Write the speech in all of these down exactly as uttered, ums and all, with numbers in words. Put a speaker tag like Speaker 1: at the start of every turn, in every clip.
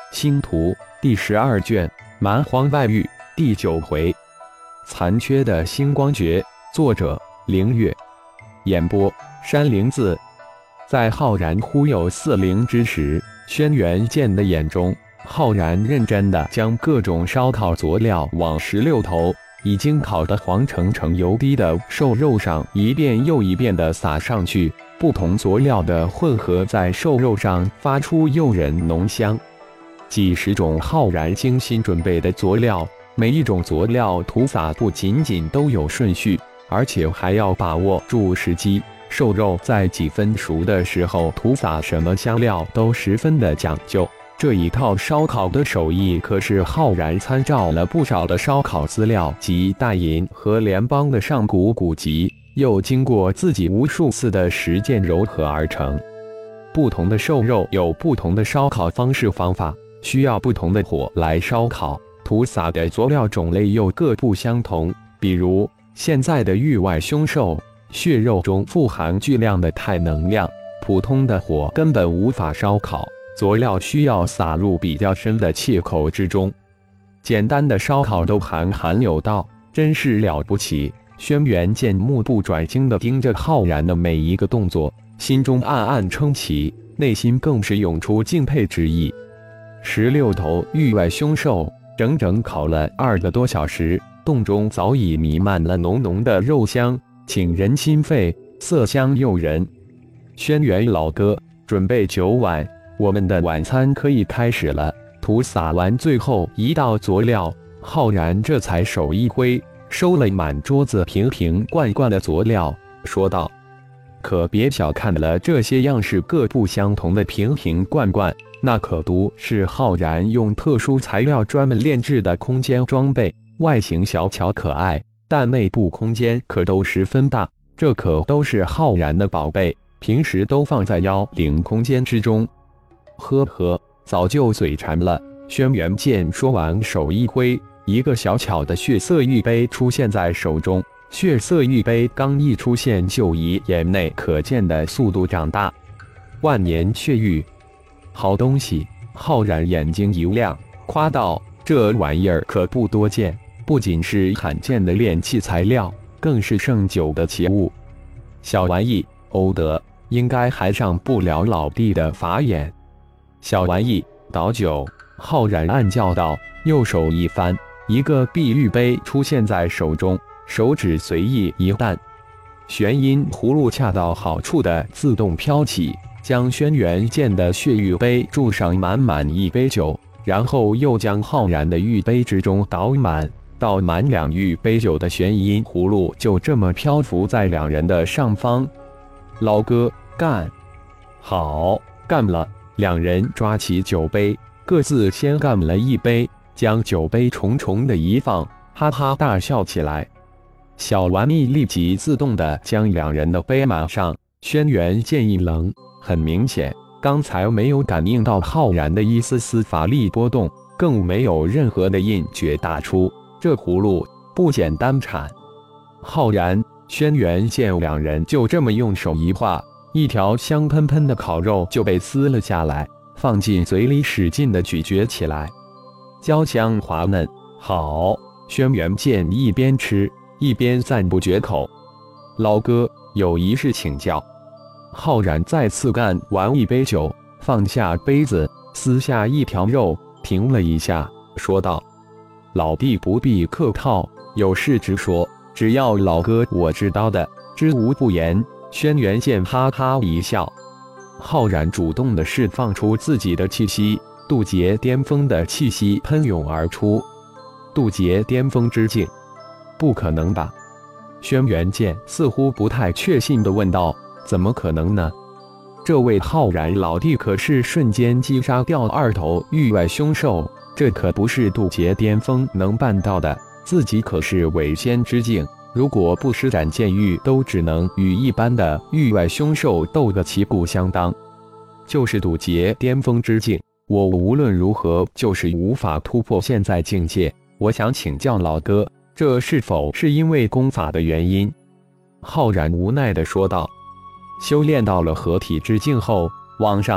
Speaker 1: 星图第十二卷蛮荒外域第九回，残缺的星光诀。作者：凌月。演播：山灵子。在浩然忽悠四灵之时，轩辕剑的眼中，浩然认真地将各种烧烤佐料往十六头已经烤得黄澄澄油滴的瘦肉上一遍又一遍地撒上去，不同佐料的混合在瘦肉上发出诱人浓香。几十种浩然精心准备的佐料，每一种佐料涂撒不仅仅都有顺序，而且还要把握住时机。瘦肉在几分熟的时候涂撒什么香料都十分的讲究。这一套烧烤的手艺可是浩然参照了不少的烧烤资料及大隐和联邦的上古古籍，又经过自己无数次的实践糅合而成。不同的瘦肉有不同的烧烤方式方法，需要不同的火来烧烤，涂撒的佐料种类又各不相同。比如现在的域外凶兽，血肉中富含巨量的太能量，普通的火根本无法烧烤，佐料需要撒入比较深的切口之中。简单的烧烤都含含有道，真是了不起。轩辕剑目不转睛地盯着浩然的每一个动作，心中暗暗称奇，内心更是涌出敬佩之意。十六头域外凶兽整整烤了二个多小时，洞中早已弥漫了浓浓的肉香，沁人心肺，色香诱人。轩辕老哥，准备酒碗，我们的晚餐可以开始了。涂撒完最后一道佐料，浩然这才手一挥，收了满桌子瓶瓶罐罐的佐料，说道：可别小看了这些样式各不相同的瓶瓶罐罐，那可都是浩然用特殊材料专门炼制的空间装备，外形小巧可爱，但内部空间可都十分大，这可都是浩然的宝贝，平时都放在妖灵空间之中。呵呵，早就嘴馋了。轩辕剑说完，手一挥，一个小巧的血色玉杯出现在手中。血色玉杯刚一出现，就以眼内可见的速度长大。万年血玉，好东西！浩然眼睛一亮，夸道：这玩意儿可不多见，不仅是罕见的炼器材料，更是盛酒的奇物。小玩意，欧德应该还上不了老弟的法眼。小玩意，倒酒！浩然暗叫道，右手一翻，一个碧玉杯出现在手中，手指随意一弹，玄阴葫芦恰到好处的自动飘起，将轩辕剑的血玉杯注上满满一杯酒，然后又将浩然的玉杯之中倒满，倒满两玉杯酒的玄阴葫芦就这么漂浮在两人的上方。老哥，干！好，干了！两人抓起酒杯，各自先干了一杯，将酒杯重重的一放，哈哈大笑起来。小玩意立即自动地将两人的杯满上。轩辕剑一愣，很明显，刚才没有感应到浩然的一丝丝法力波动，更没有任何的印诀打出，这葫芦不简单产。浩然、轩辕剑两人就这么用手一划，一条香喷喷的烤肉就被撕了下来，放进嘴里使劲地咀嚼起来，焦香滑嫩，好！轩辕剑一边吃一边赞不绝口。老哥，有一事请教。浩然再次干完一杯酒，放下杯子，撕下一条肉，停了一下，说道：老弟不必客套，有事直说，只要老哥我知道的，知无不言。轩辕剑哈哈一笑。浩然主动地释放出自己的气息，渡劫巅峰的气息喷涌而出。渡劫巅峰之境？不可能吧？轩辕剑似乎不太确信地问道：怎么可能呢？这位浩然老弟可是瞬间击杀掉二头域外凶兽，这可不是渡劫巅峰能办到的，自己可是伪仙之境，如果不施展剑域，都只能与一般的域外凶兽斗个旗鼓相当。就是渡劫巅峰之境，我无论如何就是无法突破现在境界。我想请教老哥，这是否是因为功法的原因？浩然无奈地说道：修炼到了合体之境后，往上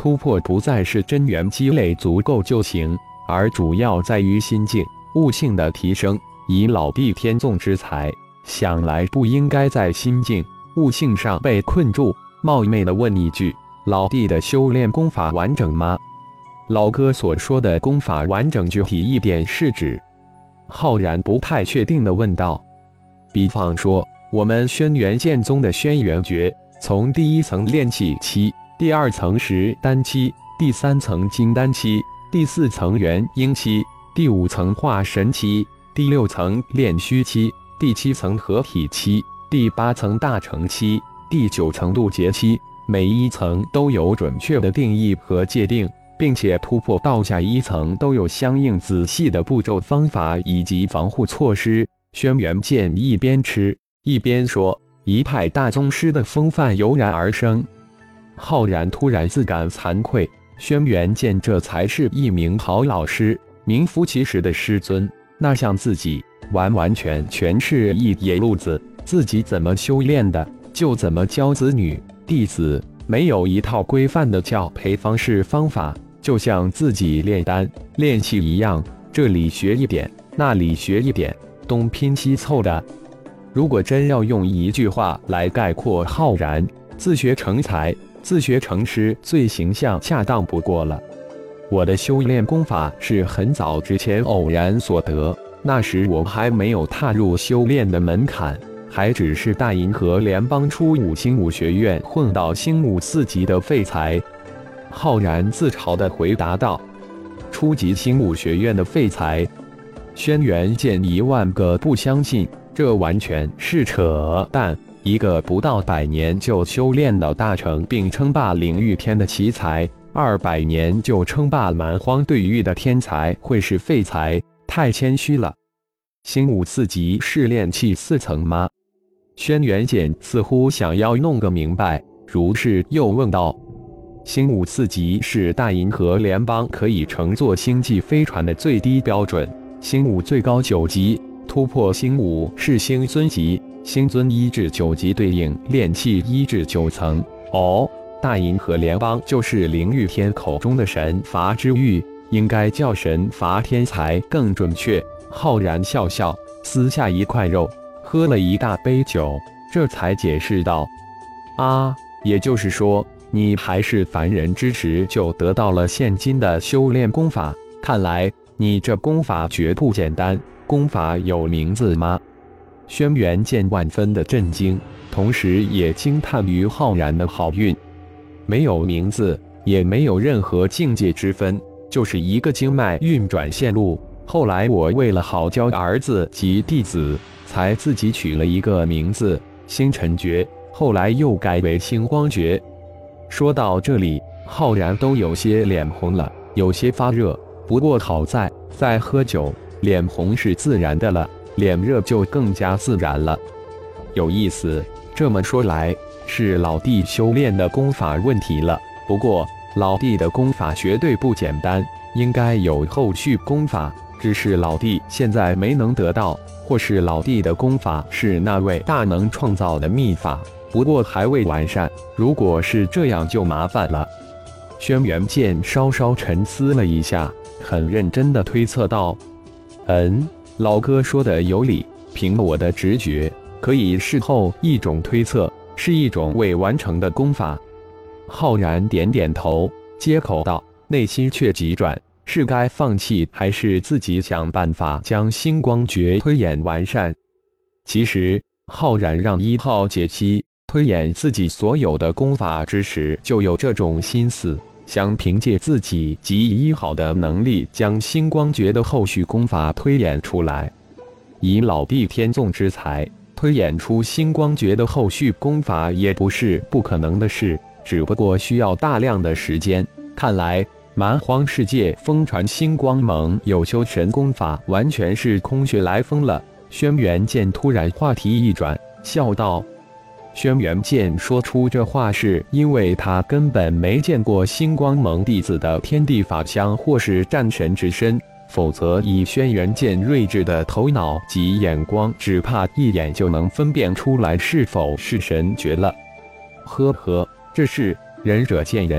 Speaker 1: 突破不再是真元积累足够就行，而主要在于心境、悟性的提升。以老弟天纵之才，想来不应该在心境、悟性上被困住。冒昧地问一句，老弟的修炼功法完整吗？老哥所说的功法完整，具体一点是指？浩然不太确定地问道。比方说，我们轩辕剑宗的轩辕诀，从第一层炼气期，第二层石丹期，第三层金丹期，第四层元婴期，第五层化神期，第六层炼虚期，第七层合体期，第八层大成期，第九层渡劫期，每一层都有准确的定义和界定，并且突破到下一层都有相应仔细的步骤、方法以及防护措施。轩辕剑一边吃一边说，一派大宗师的风范油然而生。浩然突然自感惭愧，轩辕剑这才是一名好老师，名副其实的师尊，那像自己完完全全是一野路子，自己怎么修炼的就怎么教子女弟子，没有一套规范的教培方式方法，就像自己炼丹练气一样，这里学一点，那里学一点，东拼西凑的。如果真要用一句话来概括浩然，自学成才，自学成师最形象恰当不过了。我的修炼功法是很早之前偶然所得，那时我还没有踏入修炼的门槛，还只是大银河联邦初五星武学院混到星武四级的废材。浩然自嘲地回答道：初级星武学院的废材？轩辕剑一万个不相信，这完全是扯淡。一个不到百年就修炼到大成并称霸领域天的奇才，二百年就称霸蛮荒对域的天才会是废材？太谦虚了。星武四级是炼气四层吗？轩辕剑似乎想要弄个明白，如是又问道：星武四级是大银河联邦可以乘坐星际飞船的最低标准，星武最高九级，突破星武是星尊级，星尊一至九级对应炼气一至九层。哦，大银河联邦就是灵域天口中的神罚之域，应该叫神罚天才更准确。浩然笑笑，撕下一块肉，喝了一大杯酒，这才解释道：啊，也就是说，你还是凡人之时就得到了现今的修炼功法，看来你这功法绝不简单。功法有名字吗？轩辕剑万分的震惊，同时也惊叹于浩然的好运。没有名字，也没有任何境界之分，就是一个经脉运转线路。后来我为了好教儿子及弟子，才自己取了一个名字星辰诀，后来又改为星光诀。说到这里，浩然都有些脸红了，有些发热。不过好在在喝酒，脸红是自然的了，脸热就更加自然了。有意思，这么说来，是老弟修炼的功法问题了。不过老弟的功法绝对不简单，应该有后续功法，只是老弟现在没能得到，或是老弟的功法是那位大能创造的秘法，不过还未完善。如果是这样就麻烦了。轩辕剑稍稍沉思了一下，很认真地推测道：嗯，老哥说的有理，凭我的直觉，可以事后一种推测，是一种未完成的功法。浩然点点头，接口道，内心却急转，是该放弃还是自己想办法将星光诀推演完善？其实浩然让一号解析推演自己所有的功法之时，就有这种心思，想凭借自己及一号的能力将星光诀的后续功法推演出来。以老弟天纵之才，推演出星光诀的后续功法也不是不可能的事，只不过需要大量的时间。看来蛮荒世界疯传星光盟有修神功法，完全是空穴来风了。轩辕剑突然话题一转，笑道：轩辕剑说出这话是因为他根本没见过星光盟弟子的天地法相或是战神之身，否则以轩辕剑睿智的头脑及眼光，只怕一眼就能分辨出来是否是神诀了。呵呵，这是仁者见仁，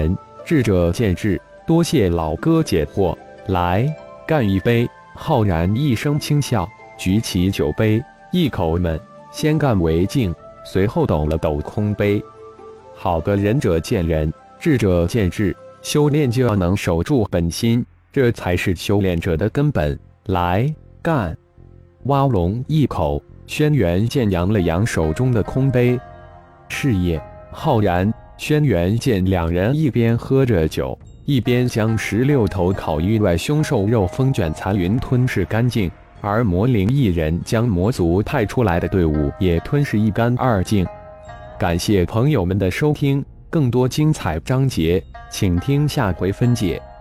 Speaker 1: 智者见智，多谢老哥解惑。来，干一杯！浩然一声轻笑，举起酒杯，一口闷，先干为敬，随后抖了抖空杯。好个仁者见仁，智者见智，修炼就要能守住本心，这才是修炼者的根本。来，干！蛙龙一口，轩辕剑扬了扬手中的空杯。是也。浩然、轩辕剑两人一边喝着酒，一边将十六头烤域外凶兽肉风卷残云吞噬干净，而魔灵一人将魔族派出来的队伍也吞噬一干二净。感谢朋友们的收听，更多精彩章节，请听下回分解。